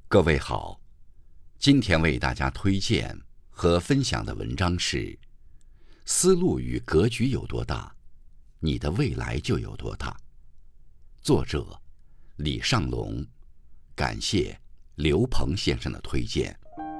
各位好，今天为大家推荐和分享的文章是：思路与格局有多大，你的未来就有多大。作者李尚龙，感谢刘鹏先生的推荐。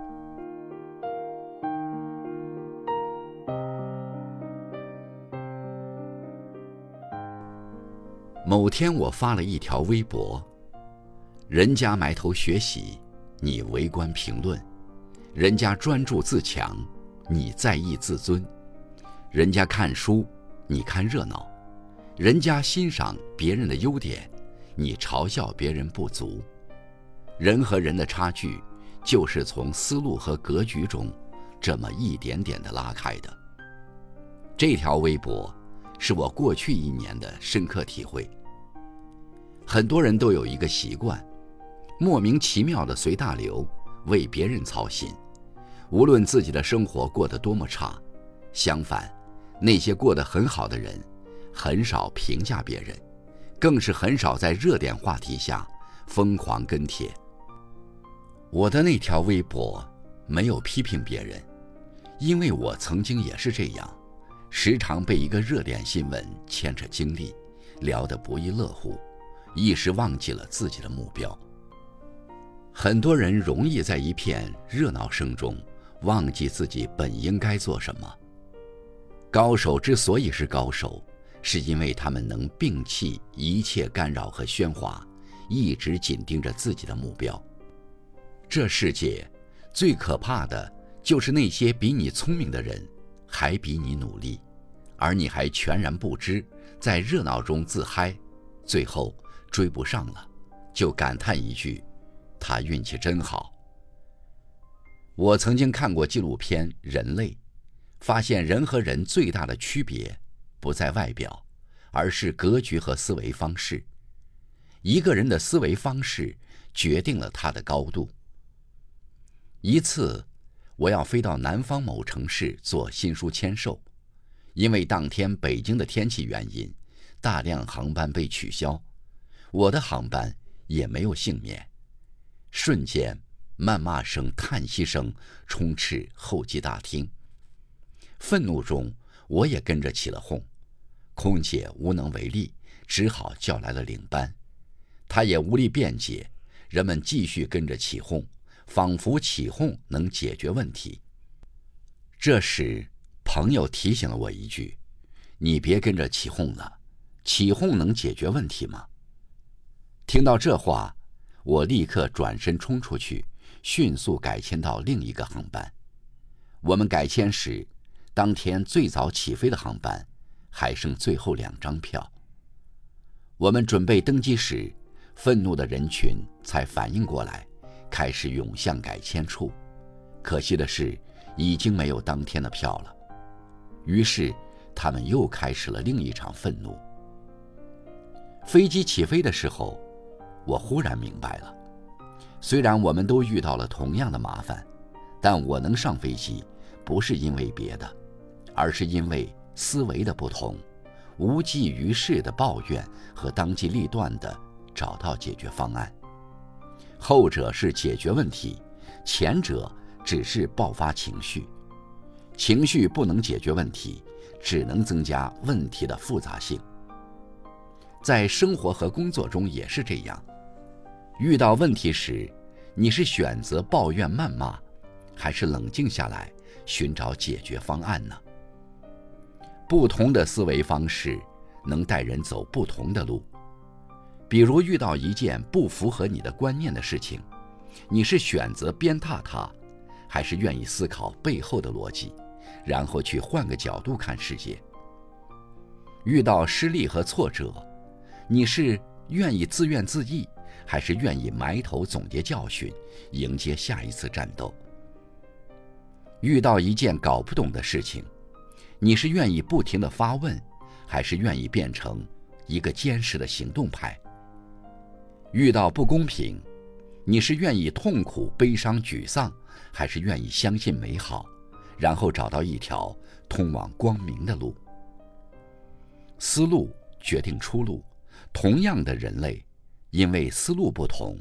某天我发了一条微博，人家埋头学习，你围观评论；人家专注自强，你在意自尊；人家看书，你看热闹；人家欣赏别人的优点，你嘲笑别人不足。人和人的差距，就是从思路和格局中这么一点点的拉开的。这条微博是我过去1年的深刻体会。很多人都有一个习惯，莫名其妙地随大流，为别人操心，无论自己的生活过得多么差。相反，那些过得很好的人，很少评价别人，更是很少在热点话题下疯狂跟帖。我的那条微博没有批评别人，因为我曾经也是这样，时常被一个热点新闻牵扯精力，聊得不亦乐乎，一时忘记了自己的目标。很多人容易在一片热闹声中忘记自己本应该做什么。高手之所以是高手，是因为他们能摒弃一切干扰和喧哗，一直紧盯着自己的目标。这世界最可怕的就是那些比你聪明的人还比你努力，而你还全然不知，在热闹中自嗨，最后追不上了，就感叹一句：他运气真好。我曾经看过纪录片《人类》，发现人和人最大的区别不在外表，而是格局和思维方式。一个人的思维方式决定了他的高度。一次，我要飞到南方某城市做新书签售，因为当天北京的天气原因，大量航班被取消，我的航班也没有幸免。瞬间，谩骂声、叹息声充斥候机大厅。愤怒中，我也跟着起了哄。空姐无能为力，只好叫来了领班，她也无力辩解，人们继续跟着起哄，仿佛起哄能解决问题。这时，朋友提醒了我一句：你别跟着起哄了，起哄能解决问题吗？听到这话，我立刻转身冲出去，迅速改签到另一个航班。我们改签时，当天最早起飞的航班还剩最后2张票。我们准备登机时，愤怒的人群才反应过来，开始涌向改签处。可惜的是，已经没有当天的票了。于是他们又开始了另一场愤怒。飞机起飞的时候，我忽然明白了，虽然我们都遇到了同样的麻烦，但我能上飞机不是因为别的，而是因为思维的不同，无济于事的抱怨和当机立断的找到解决方案。后者是解决问题，前者只是爆发情绪。情绪不能解决问题，只能增加问题的复杂性。在生活和工作中也是这样，遇到问题时，你是选择抱怨谩骂，还是冷静下来寻找解决方案呢？不同的思维方式能带人走不同的路。比如遇到一件不符合你的观念的事情，你是选择鞭挞它，还是愿意思考背后的逻辑，然后去换个角度看世界？遇到失利和挫折，你是愿意自怨自艾，还是愿意埋头总结教训，迎接下一次战斗？遇到一件搞不懂的事情，你是愿意不停地发问，还是愿意变成一个坚实的行动派？遇到不公平，你是愿意痛苦、悲伤、沮丧，还是愿意相信美好，然后找到一条通往光明的路？思路决定出路。同样的人类，因为思路不同，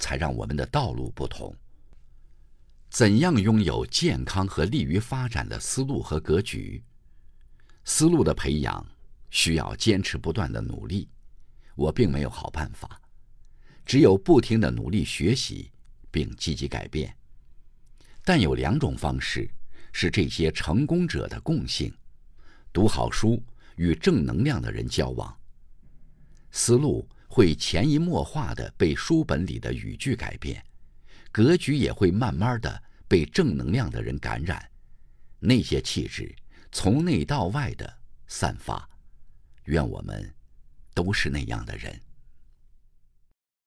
才让我们的道路不同。怎样拥有健康和利于发展的思路和格局？思路的培养需要坚持不断的努力，我并没有好办法，只有不停地努力学习并积极改变。但有2种方式是这些成功者的共性：读好书，与正能量的人交往。思路会潜移默化地被书本里的语句改变，格局也会慢慢地被正能量的人感染，那些气质从内到外的散发。愿我们都是那样的人。